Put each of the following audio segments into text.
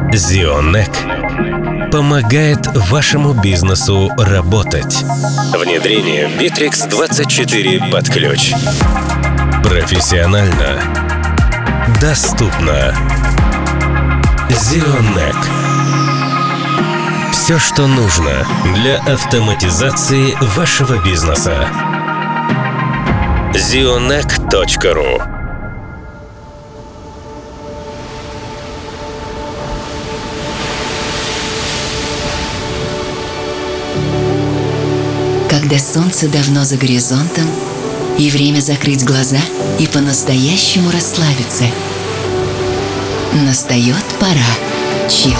Zionec помогает вашему бизнесу работать. Внедрение Bittrex 24 под ключ. Профессионально. Доступно. Zionec. Все, что нужно для автоматизации вашего бизнеса. Zionec.ru. Когда солнце давно за горизонтом, и время закрыть глаза и по-настоящему расслабиться. Настает пора чилл.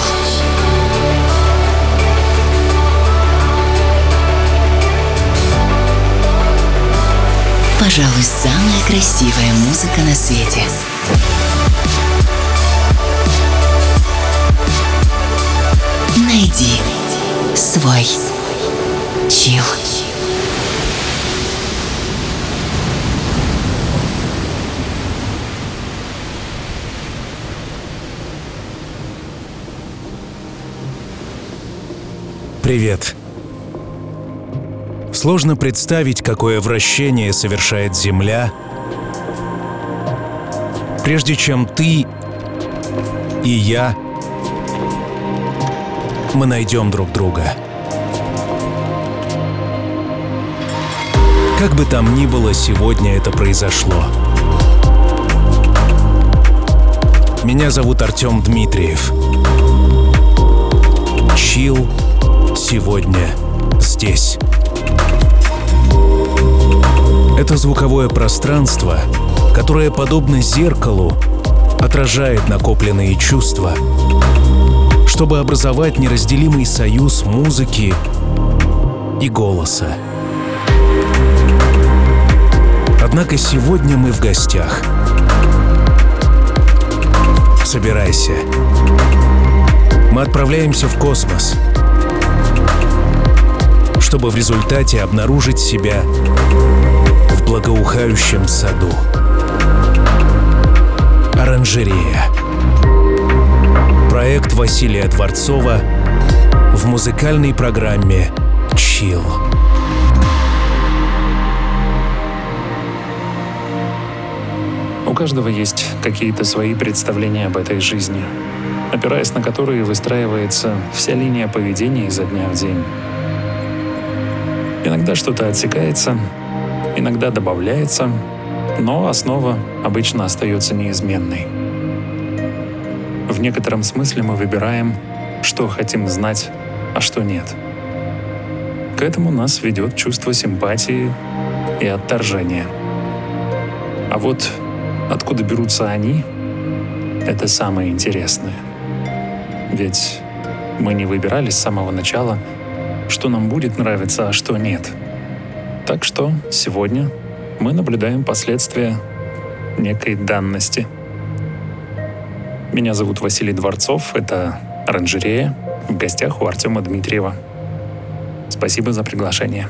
Пожалуй, самая красивая музыка на свете. Найди свой чилл. Привет. Сложно представить, какое вращение совершает Земля, прежде чем ты и я, мы найдем друг друга. Как бы там ни было, сегодня это произошло. Меня зовут Артем Дмитриев. Чилл сегодня здесь. Это звуковое пространство, которое, подобно зеркалу, отражает накопленные чувства, чтобы образовать неразделимый союз музыки и голоса. Однако сегодня мы в гостях. Собирайся. Мы отправляемся в космос, чтобы в результате обнаружить себя в благоухающем саду. Оранжерея. Проект Василия Дворцова в музыкальной программе «Чилл». У каждого есть какие-то свои представления об этой жизни, опираясь на которые выстраивается вся линия поведения изо дня в день. Иногда что-то отсекается, иногда добавляется, но основа обычно остается неизменной. В некотором смысле мы выбираем, что хотим знать, а что нет. К этому нас ведет чувство симпатии и отторжения. А вот откуда берутся они, это самое интересное. Ведь мы не выбирали с самого начала, что нам будет нравиться, а что нет. Так что сегодня мы наблюдаем последствия некой данности. Меня зовут Василий Дворцов, это «Оранжерея», в гостях у Артема Дмитриева. Спасибо за приглашение.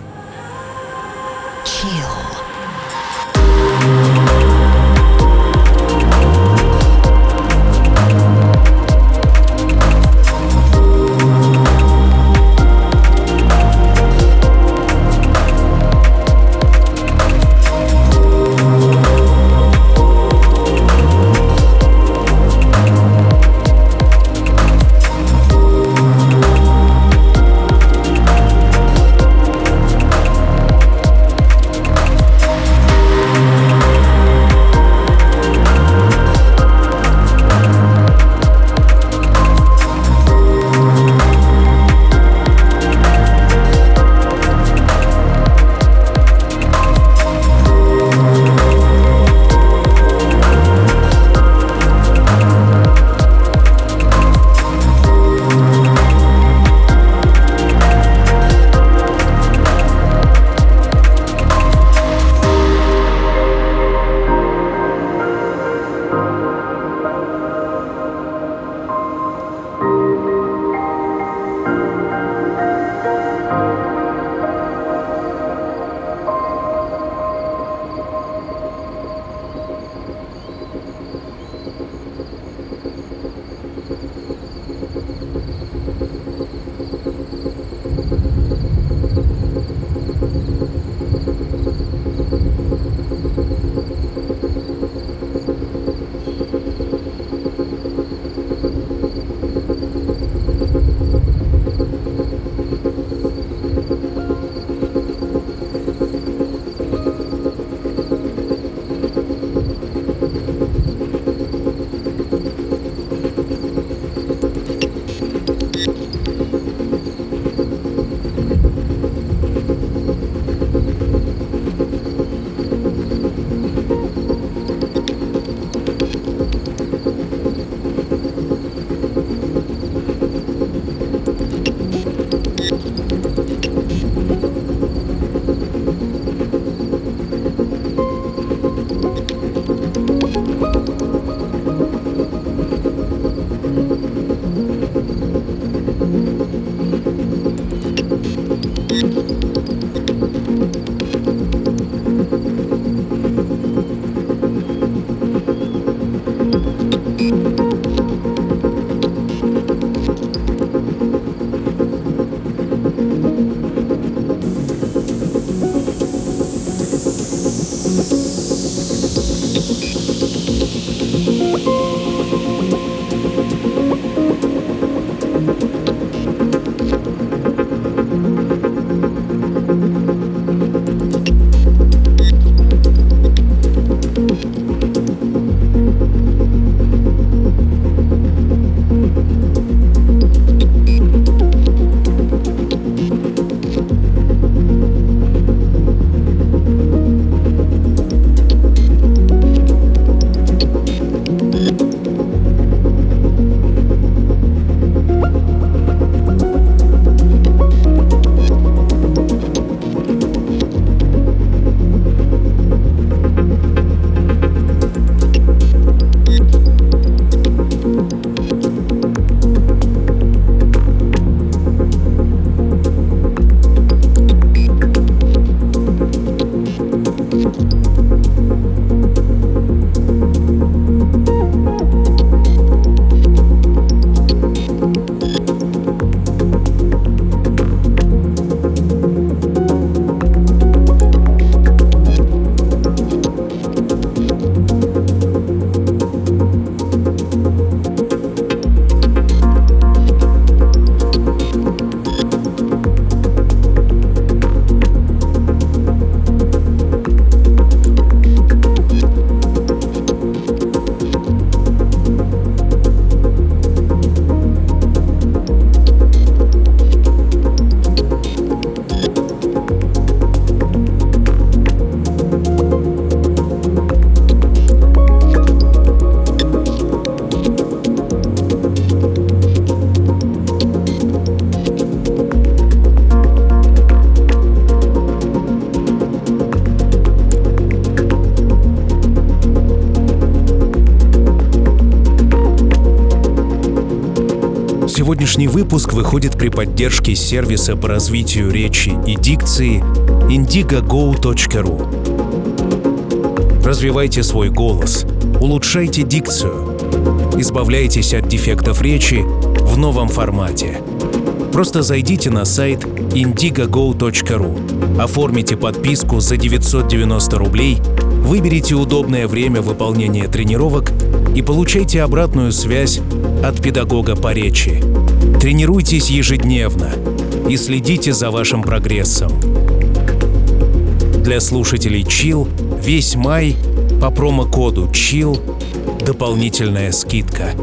Сегодняшний выпуск выходит при поддержке сервиса по развитию речи и дикции indigogo.ru. Развивайте свой голос, улучшайте дикцию, избавляйтесь от дефектов речи в новом формате. Просто зайдите на сайт indigogo.ru, оформите подписку за 990 рублей, выберите удобное время выполнения тренировок и получайте обратную связь от педагога по речи. Тренируйтесь ежедневно и следите за вашим прогрессом. Для слушателей Chill весь май по промокоду Chill дополнительная скидка.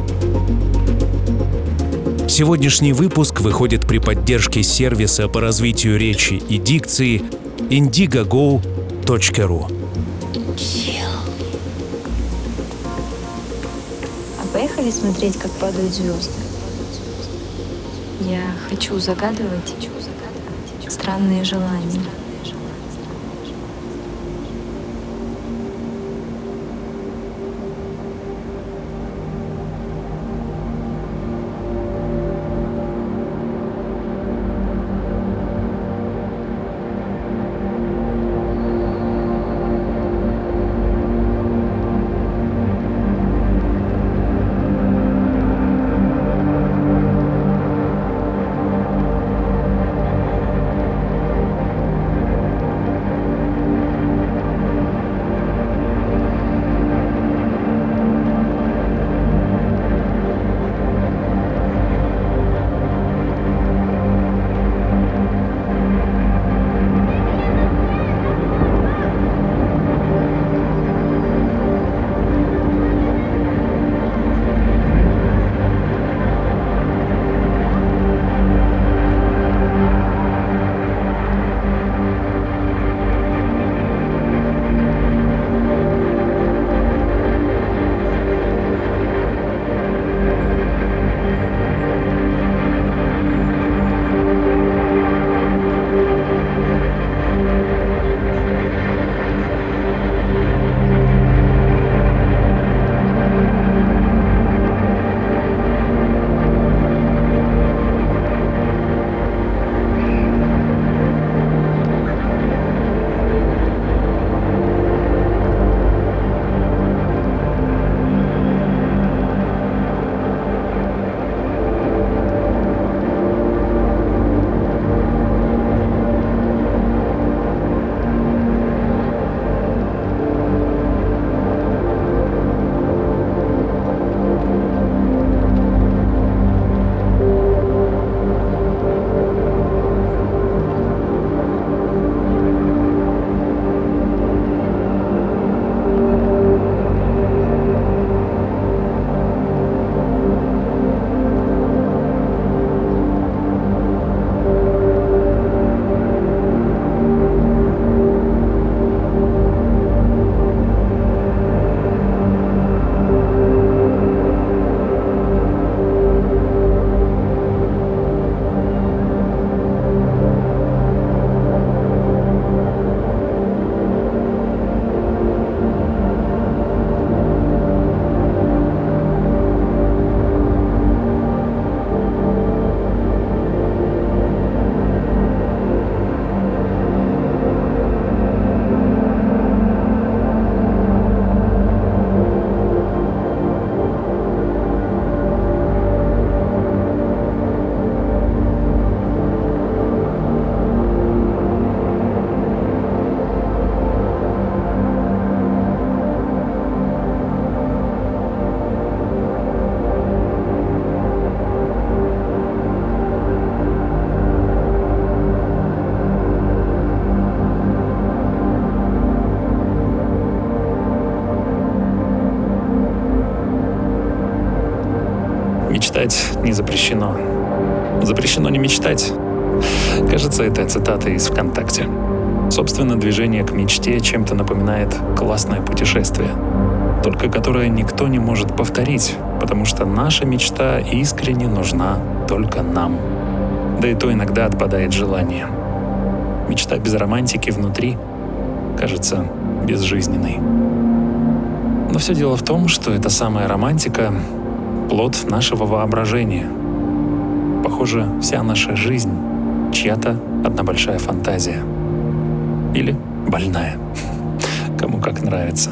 Сегодняшний выпуск выходит при поддержке сервиса по развитию речи и дикции indigogo.ru. Поехали смотреть, как падают звезды. Я хочу загадывать странные желания. Мечтать не запрещено. Запрещено не мечтать. Кажется, это цитата из ВКонтакте. Собственно, движение к мечте чем-то напоминает классное путешествие, только которое никто не может повторить, потому что наша мечта искренне нужна только нам. Да и то иногда отпадает желание. Мечта без романтики внутри кажется безжизненной. Но все дело в том, что эта самая романтика — плод нашего воображения. Похоже, вся наша жизнь — чья-то одна большая фантазия. Или больная. Кому как нравится.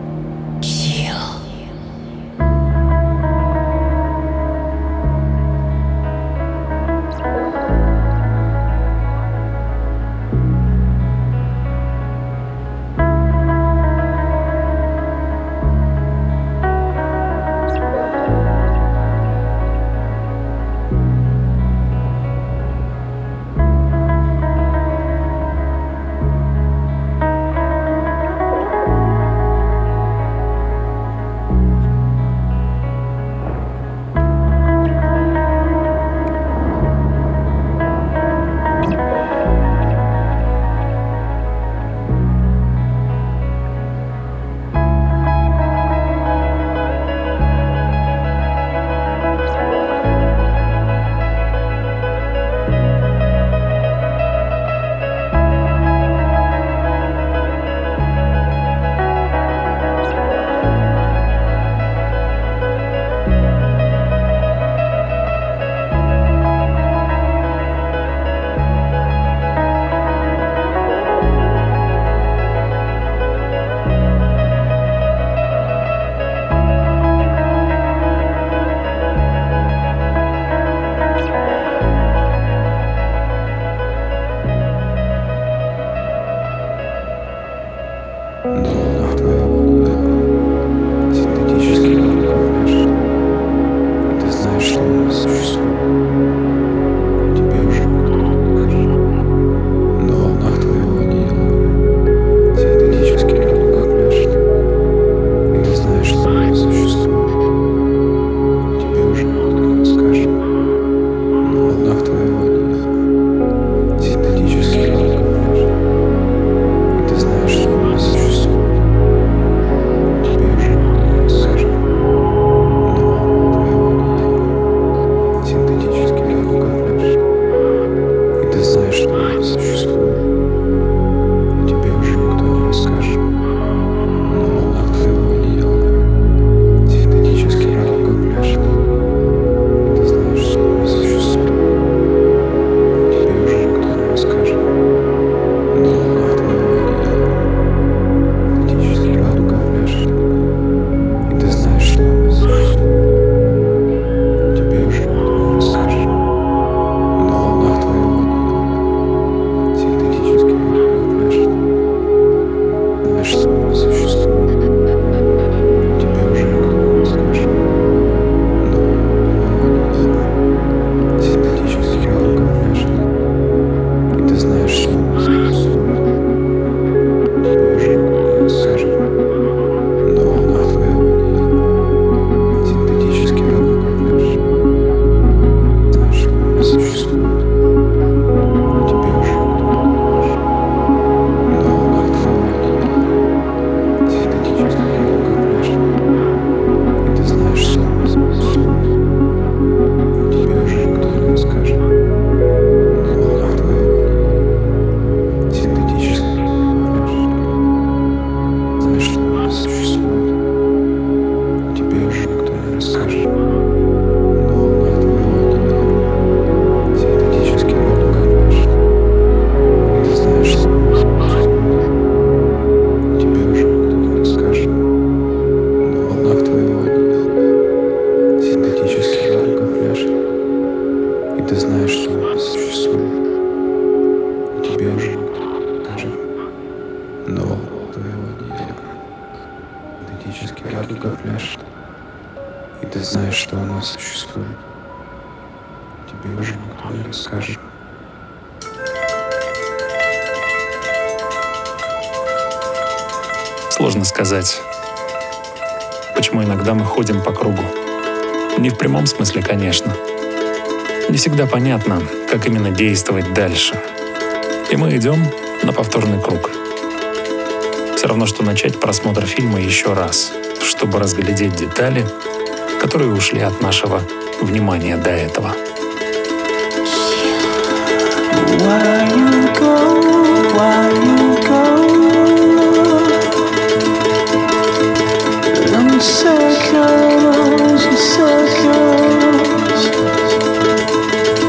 Сложно сказать, почему иногда мы ходим по кругу. Не в прямом смысле, конечно. Не всегда понятно, как именно действовать дальше. И мы идем на повторный круг. Все равно, что начать просмотр фильма еще раз, чтобы разглядеть детали, которые ушли от нашего внимания до этого. Circles and circles.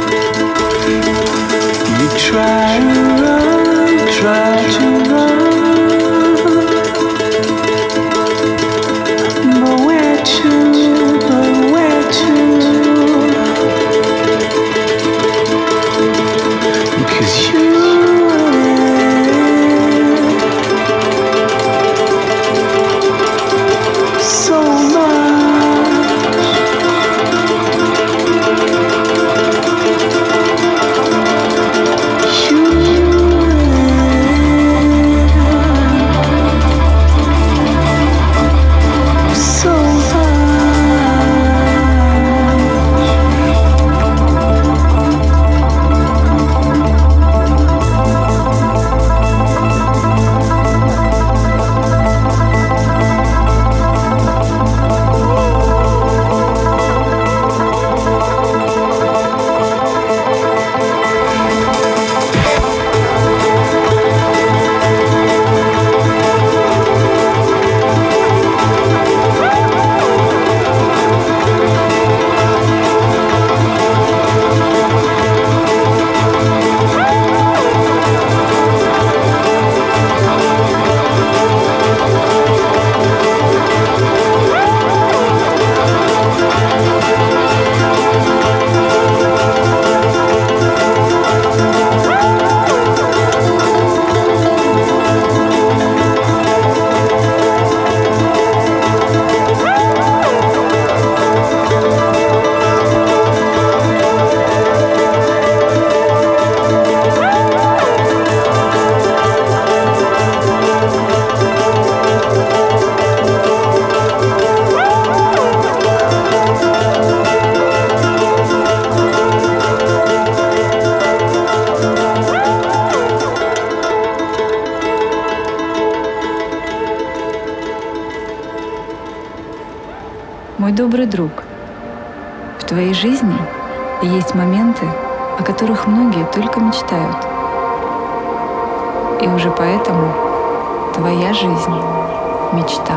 добрый друг. В твоей жизни есть моменты, о которых многие только мечтают. И уже поэтому твоя жизнь — мечта.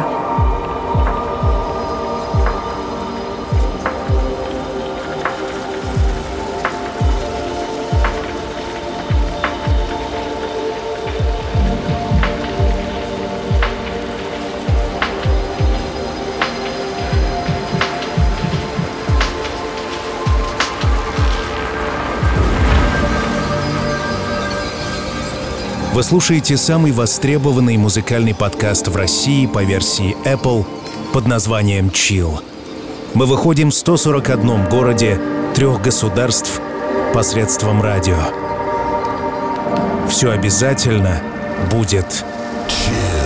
Вы слушаете самый востребованный музыкальный подкаст в России по версии Apple под названием Chill. Мы выходим в 141 городе 3 государств посредством радио. Все обязательно будет Chill.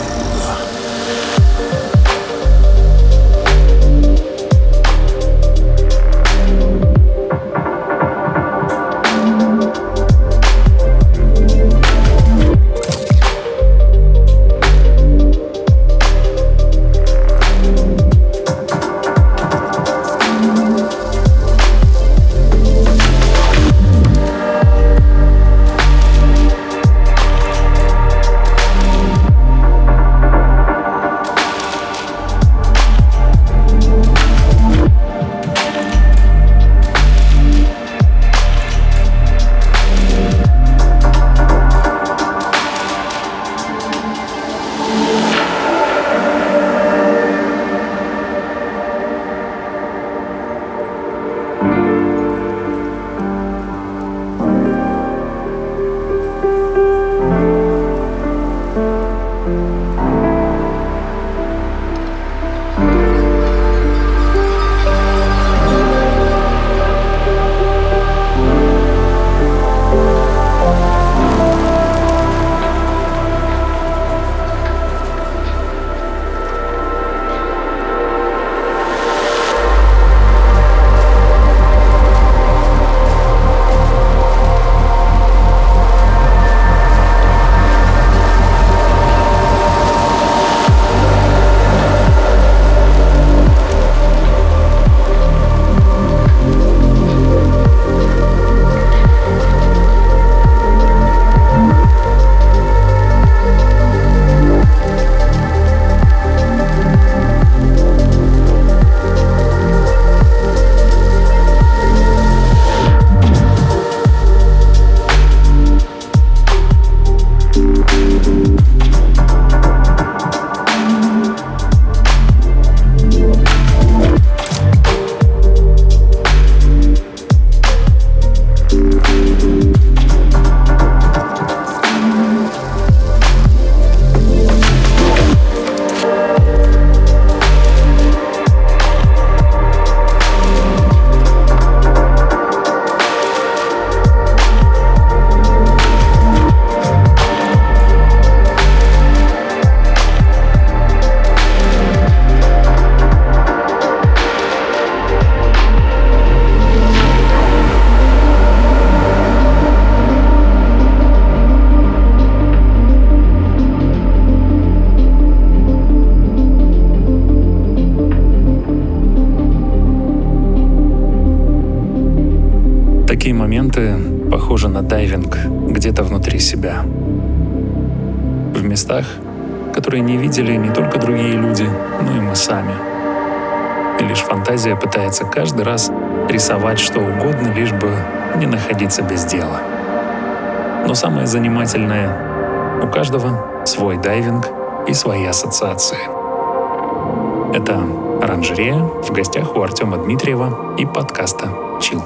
Такие моменты похожи на дайвинг где-то внутри себя. В местах, которые не видели не только другие люди, но и мы сами. И лишь фантазия пытается каждый раз рисовать что угодно, лишь бы не находиться без дела. Но самое занимательное — у каждого свой дайвинг и свои ассоциации. Это «Оранжерея» в гостях у Артема Дмитриева и подкаста «Chill».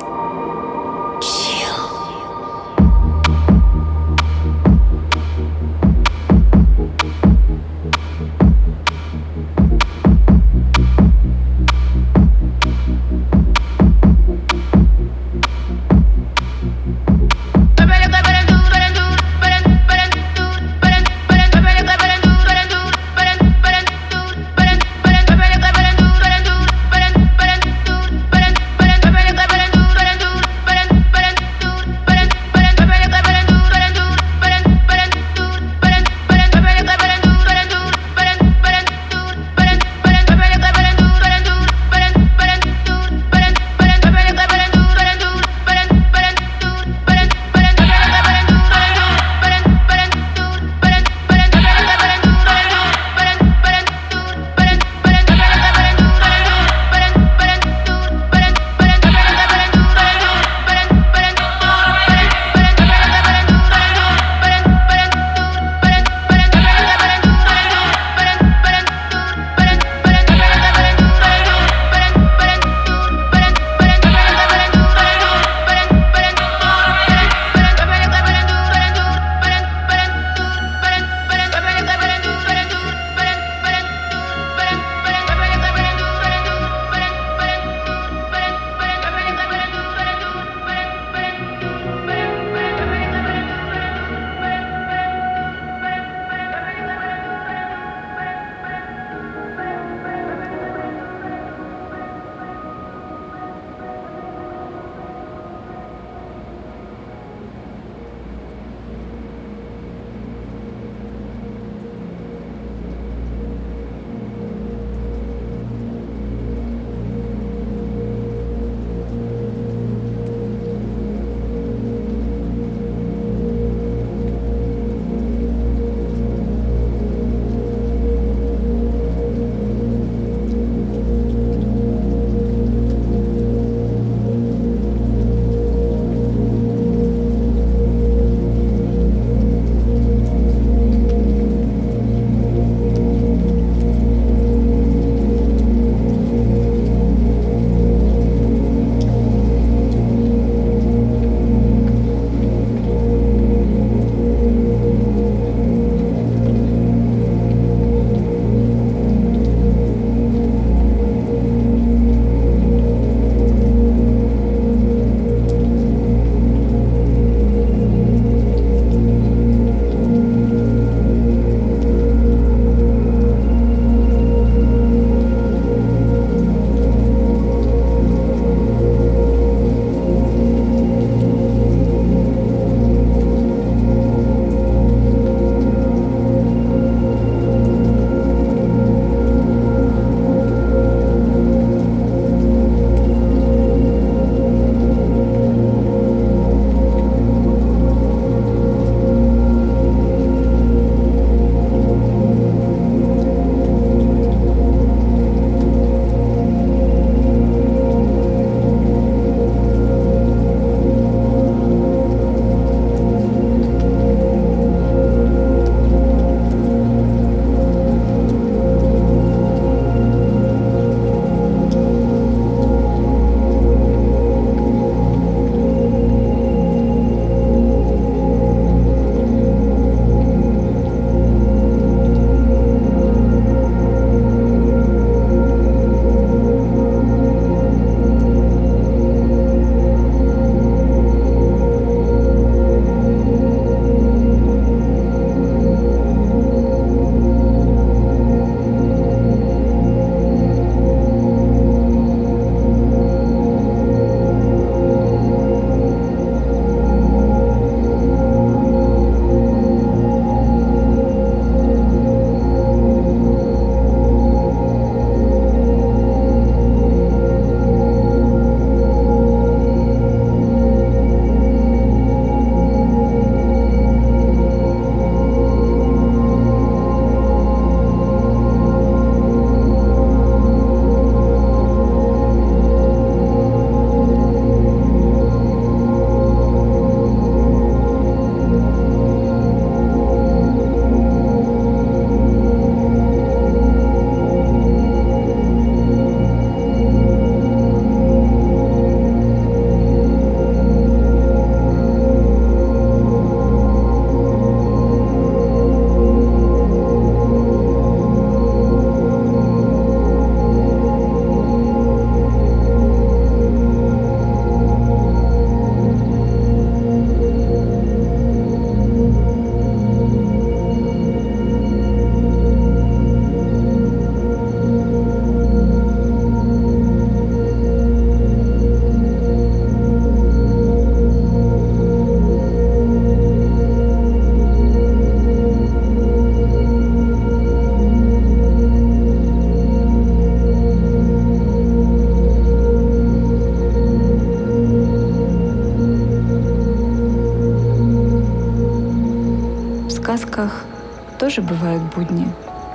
праздниках тоже бывают будни.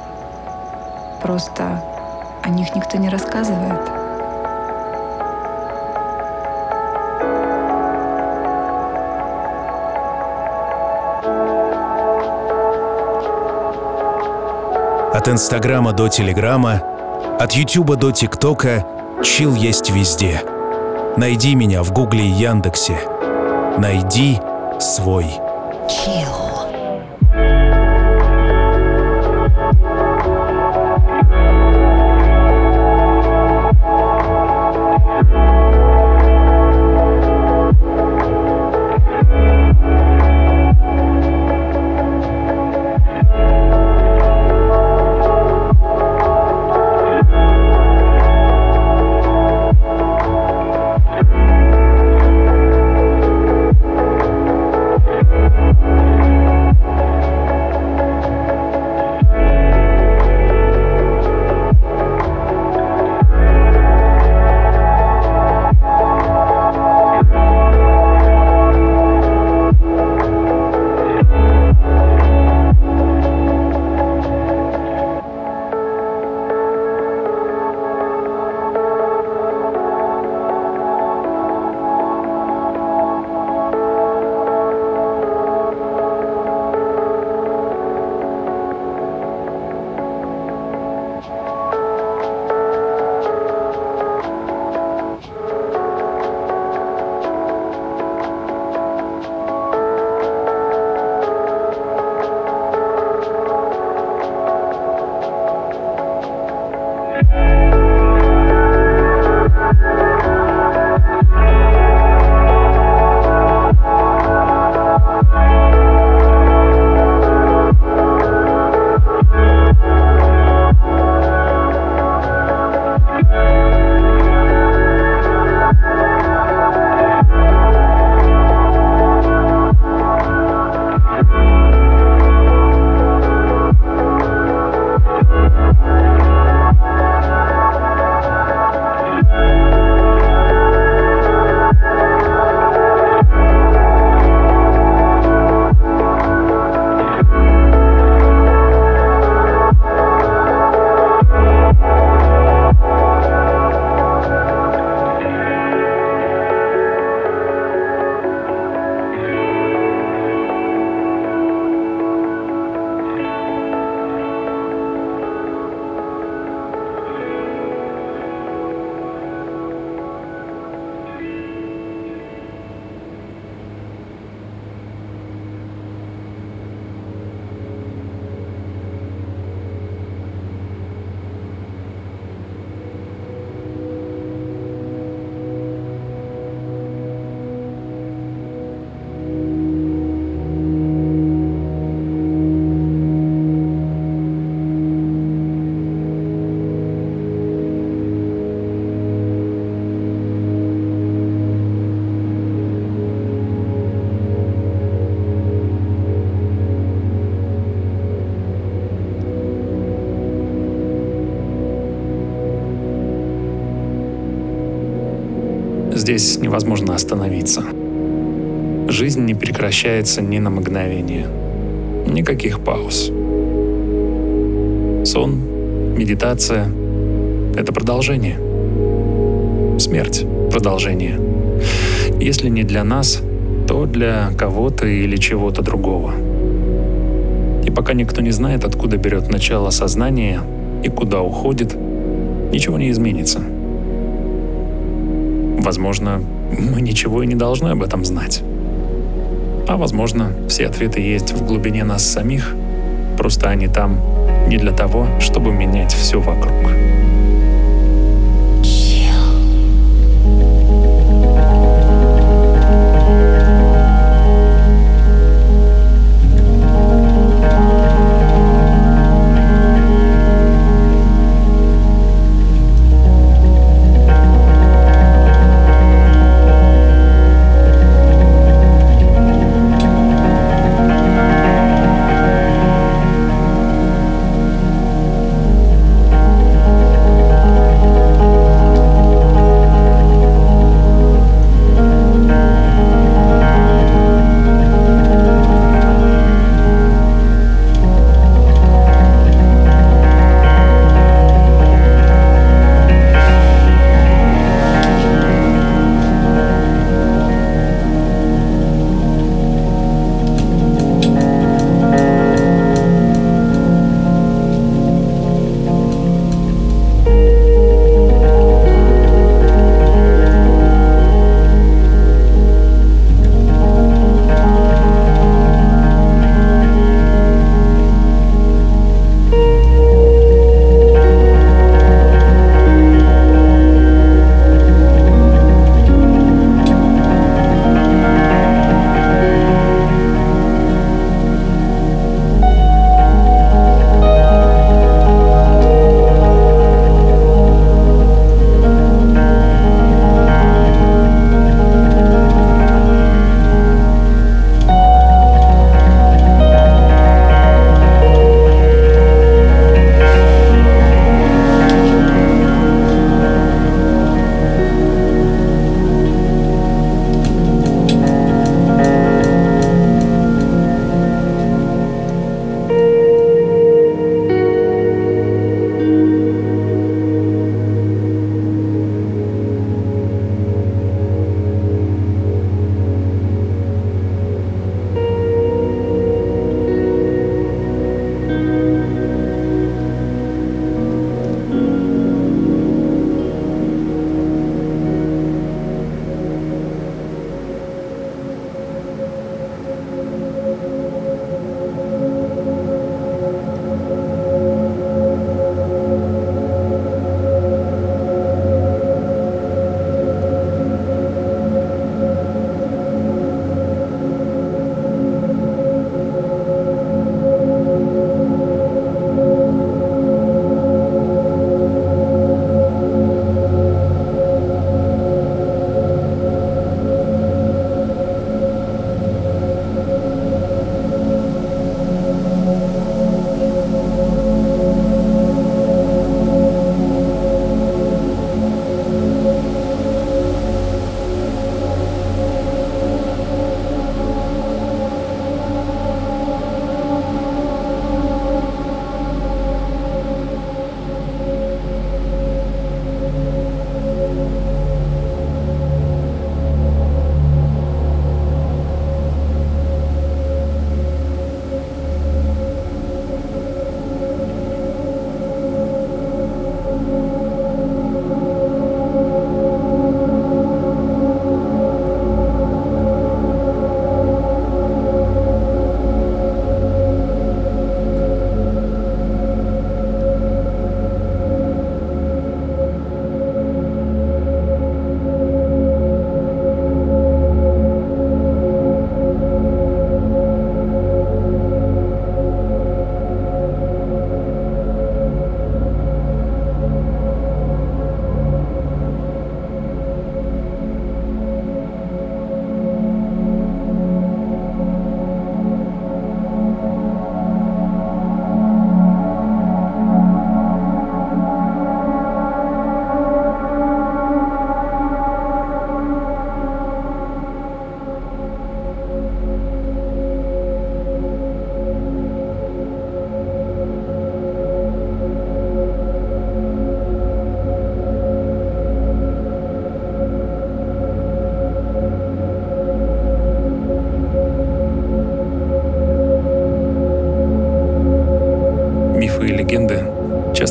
Просто о них никто не рассказывает. От Инстаграма до Телеграма, от Ютуба до ТикТока чил есть везде. Найди меня в Гугле и Яндексе. Найди свой. Chill. Здесь невозможно остановиться. Жизнь не прекращается ни на мгновение. Никаких пауз. Сон, медитация — это продолжение. Смерть — продолжение. Если не для нас, то для кого-то или чего-то другого. И пока никто не знает, откуда берет начало сознание и куда уходит, ничего не изменится. Возможно, мы ничего и не должны об этом знать. А возможно, все ответы есть в глубине нас самих, просто они там не для того, чтобы менять все вокруг.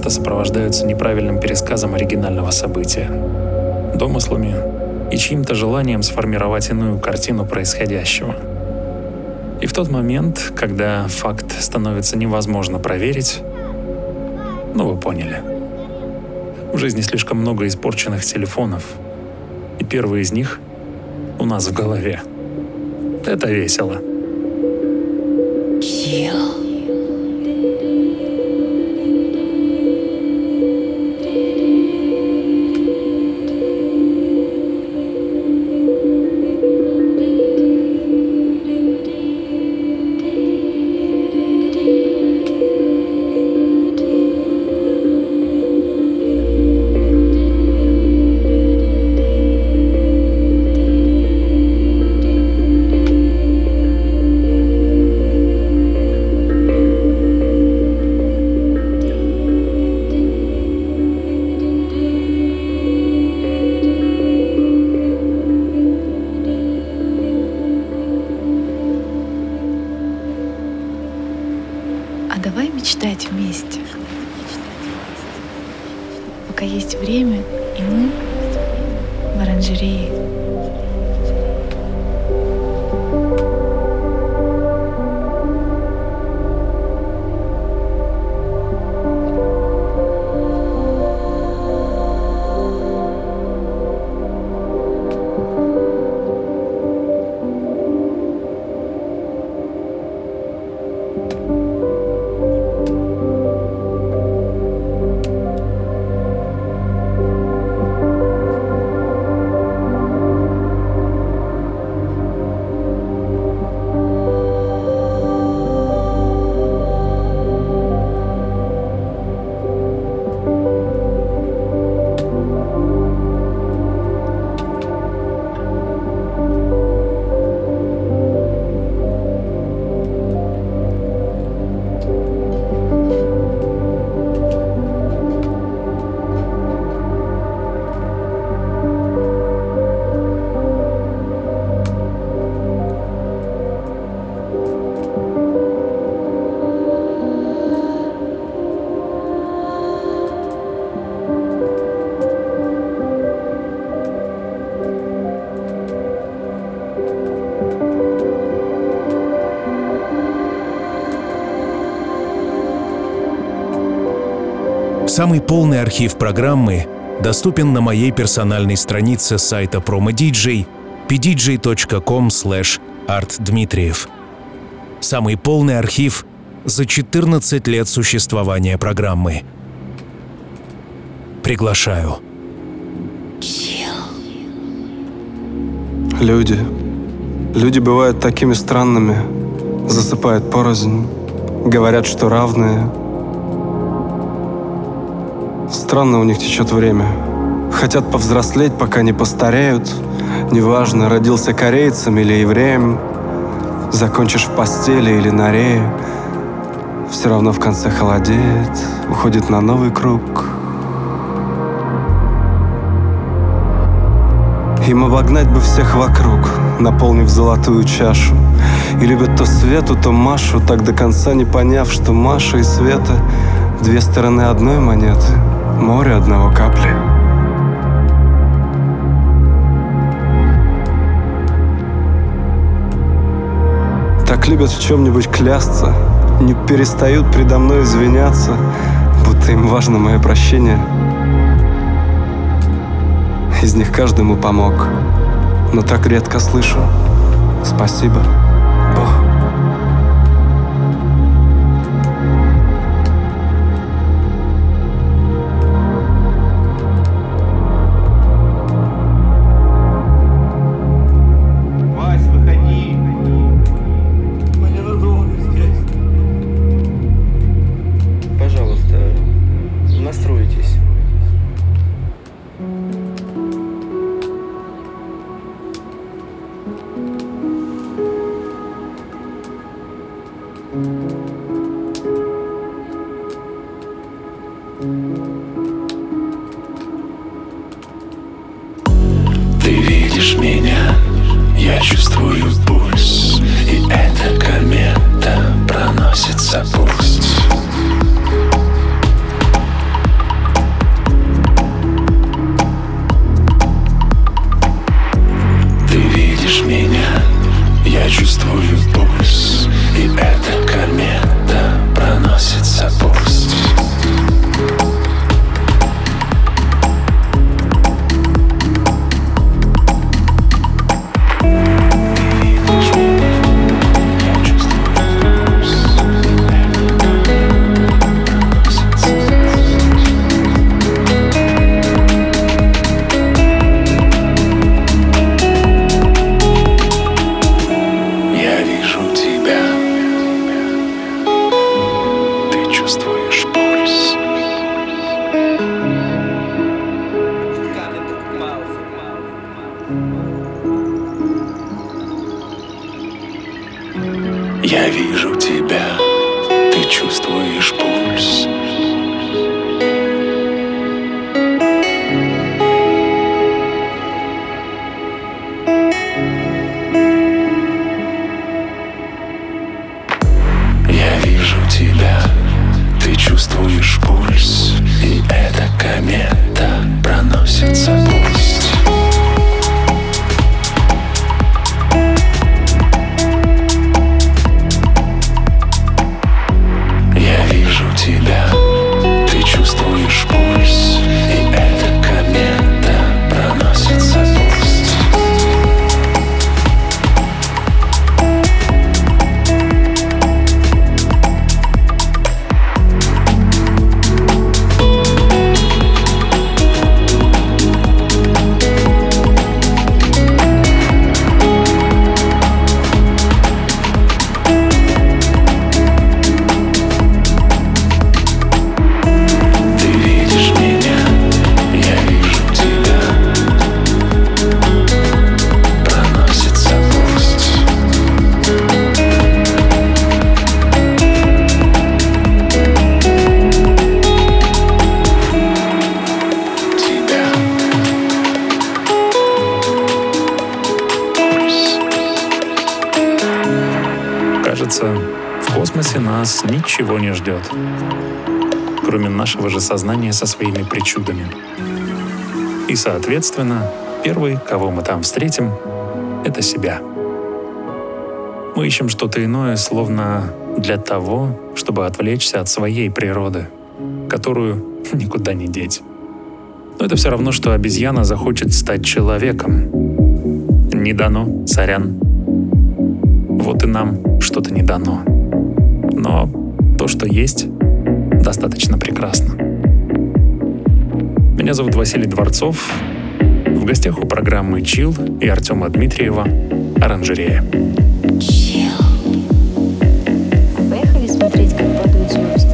часто сопровождаются неправильным пересказом оригинального события, домыслами и чьим-то желанием сформировать иную картину происходящего. И в тот момент, когда факт становится невозможно проверить, вы поняли. В жизни слишком много испорченных телефонов, и первый из них у нас в голове. Это весело. А давай мечтать вместе. Пока есть время, и мы в оранжерее. Самый полный архив программы доступен на моей персональной странице сайта PromoDJ pdj.com/artdmitriev. Самый полный архив за 14 лет существования программы. Приглашаю. Люди бывают такими странными, засыпают порознь, говорят, что равные. Странно у них течет время. Хотят повзрослеть, пока не постареют. Неважно, родился корейцем или евреем, закончишь в постели или на рее, все равно в конце холодеет, уходит на новый круг. Им обогнать бы всех вокруг, наполнив золотую чашу. И любят то Свету, то Машу, так до конца не поняв, что Маша и Света — две стороны одной монеты, море одного капли. Так любят в чем-нибудь клясться, не перестают предо мной извиняться, будто им важно мое прощение. Из них каждому помог, но так редко слышу «Спасибо, Бог». Вась, выходи! Мы ненадолго здесь. Пожалуйста, настройтесь. Ты видишь меня, я чувствую пульс, и эта комета проносится пусть. меня, я чувствую пульс, и эта комета проносится пусть. Я вижу тебя, ты чувствуешь пульс. Я вижу тебя, ты чувствуешь пульс, и эта комета проносится пусть. Тебя, ты чувствуешь пульс, и эта комета проносится пусть. Кажется, в космосе нас ничего не ждет, кроме нашего же сознания со своими причудами. И, соответственно, первый, кого мы там встретим, это себя. Мы ищем что-то иное, словно для того, чтобы отвлечься от своей природы, которую никуда не деть. Но это все равно, что обезьяна захочет стать человеком. Не дано, сорян. Вот и нам что-то не дано. Но то, что есть, достаточно прекрасно. Меня зовут Василий Дворцов. В гостях у программы «Chill» и Артема Дмитриева «Оранжерея». Поехали смотреть, как падают звезды.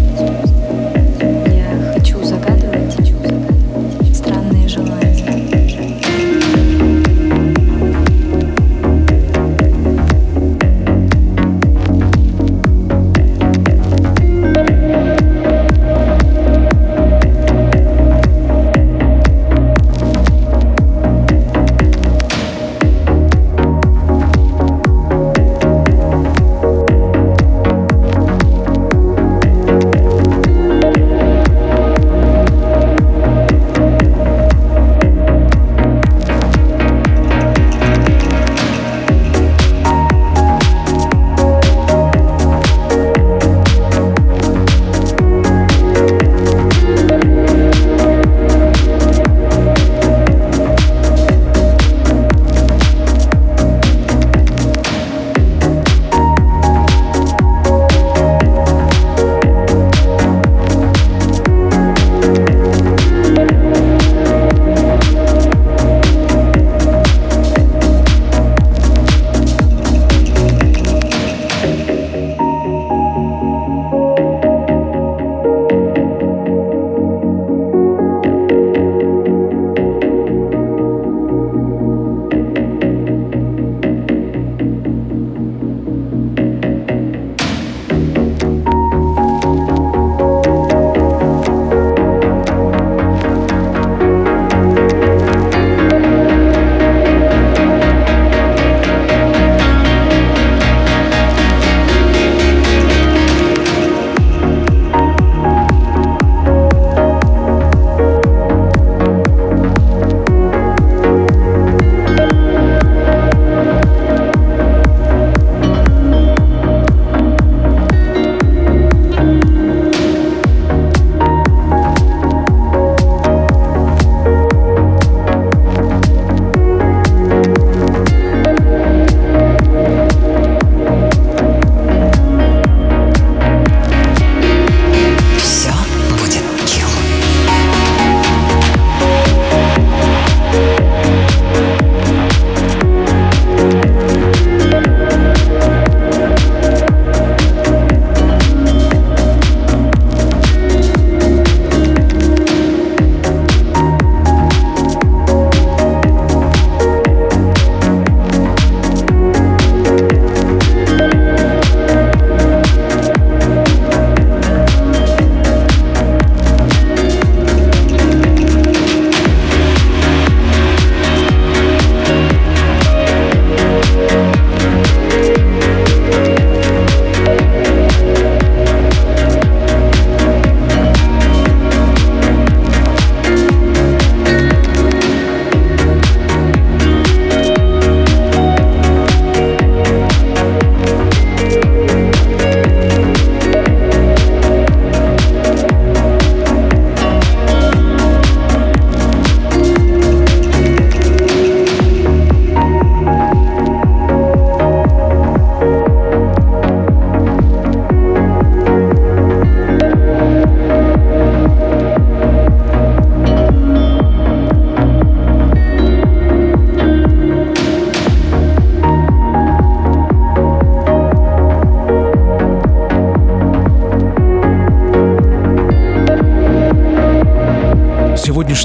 Я хочу загадывать странные желания.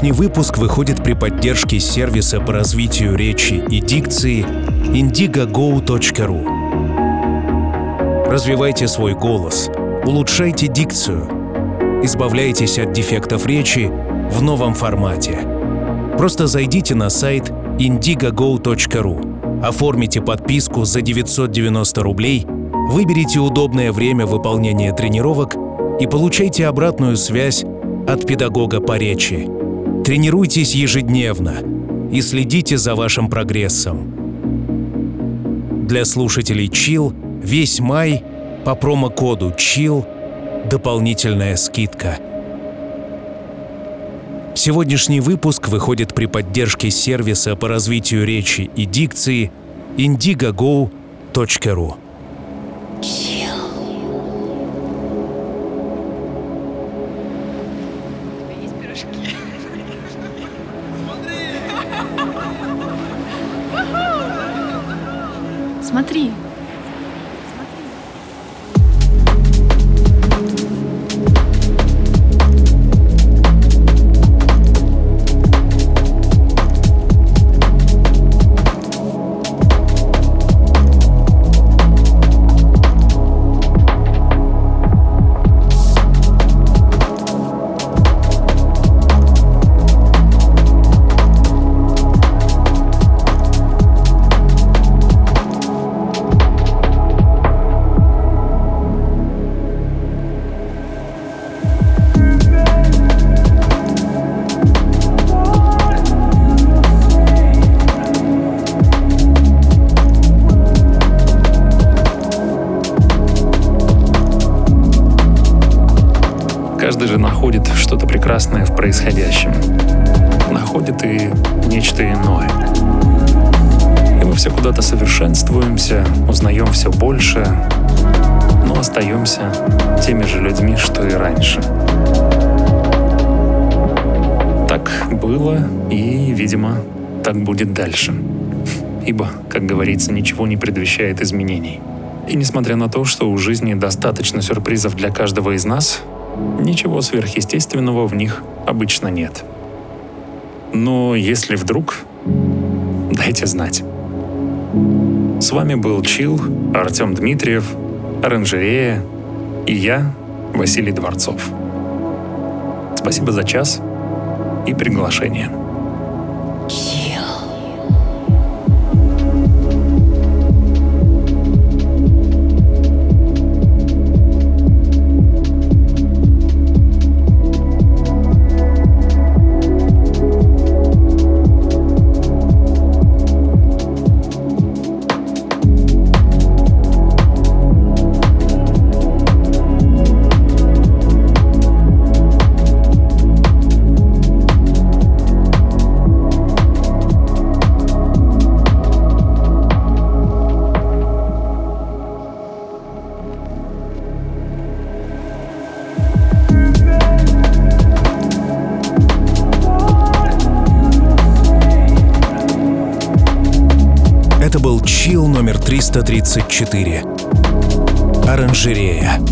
Сегодняшний выпуск выходит при поддержке сервиса по развитию речи и дикции indigogo.ru. Развивайте свой голос, улучшайте дикцию, избавляйтесь от дефектов речи в новом формате. Просто зайдите на сайт indigogo.ru, оформите подписку за 990 рублей, выберите удобное время выполнения тренировок и получайте обратную связь от педагога по речи. Тренируйтесь ежедневно и следите за вашим прогрессом. Для слушателей Chill весь май по промокоду Chill дополнительная скидка. Сегодняшний выпуск выходит при поддержке сервиса по развитию речи и дикции indigogo.ru. Смотри. Каждый же находит что-то прекрасное в происходящем. Находит и нечто иное. И мы все куда-то совершенствуемся, узнаем все больше, но остаемся теми же людьми, что и раньше. Так было и, видимо, так будет дальше. Ибо, как говорится, ничего не предвещает изменений. И несмотря на то, что у жизни достаточно сюрпризов для каждого из нас, ничего сверхъестественного в них обычно нет. Но если вдруг, дайте знать. С вами был Chill, Артем Дмитриев, Оранжерея и я, Василий Дворцов. Спасибо за час и приглашение. Это был Chill номер 334. Оранжерея.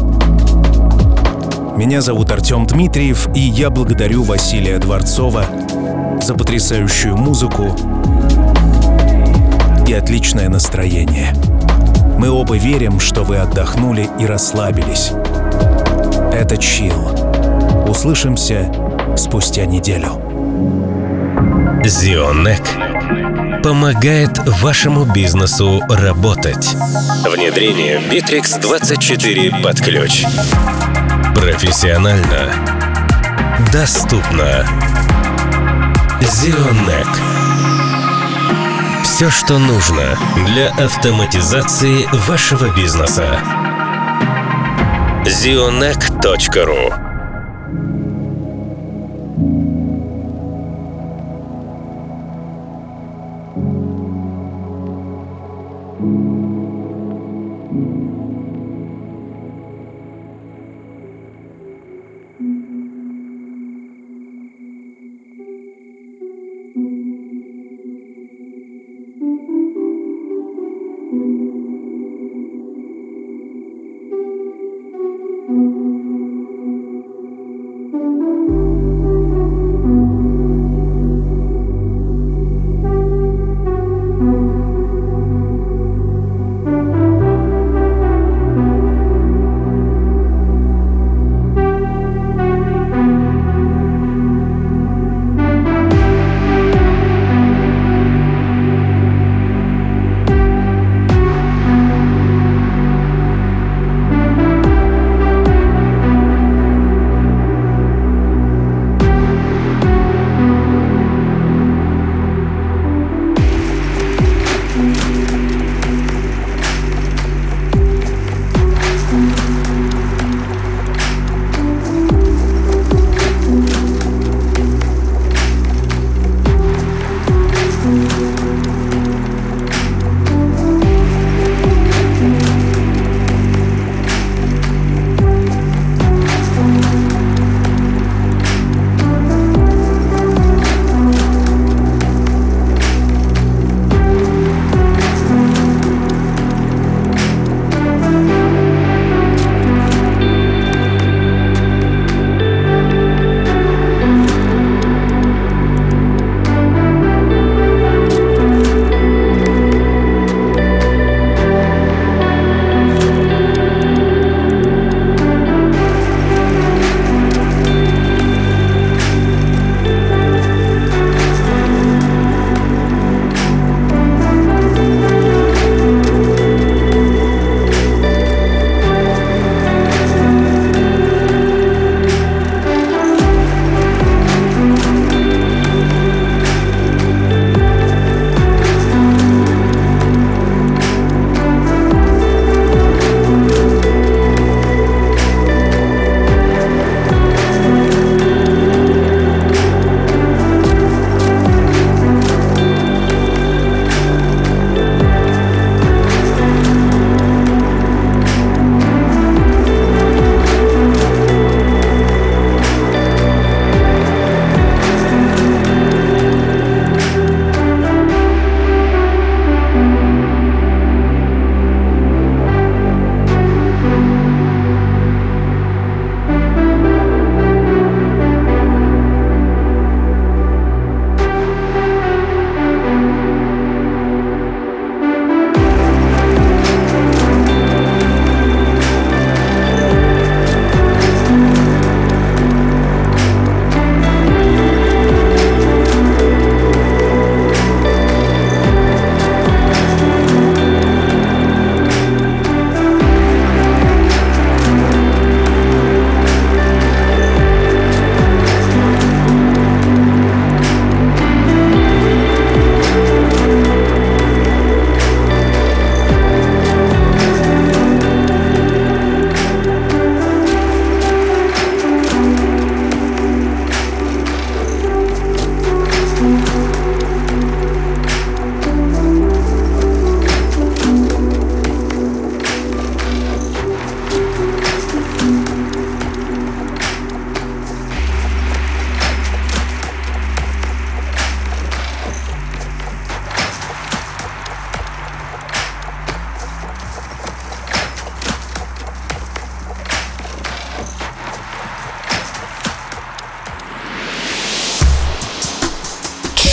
Меня зовут Артем Дмитриев, и я благодарю Василия Дворцова за потрясающую музыку и отличное настроение. Мы оба верим, что вы отдохнули и расслабились. Это Chill. Услышимся спустя неделю. Zionec помогает вашему бизнесу работать. Внедрение Bittrex 24 под ключ. Профессионально. Доступно. Zionec. Все, что нужно для автоматизации вашего бизнеса. Zionec.ru.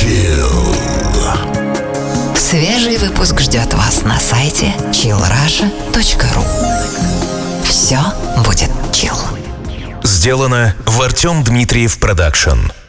Chill. Свежий выпуск ждет вас на сайте chillrusha.ru. Все будет chill. Сделано в Артем Дмитриев Продакшн.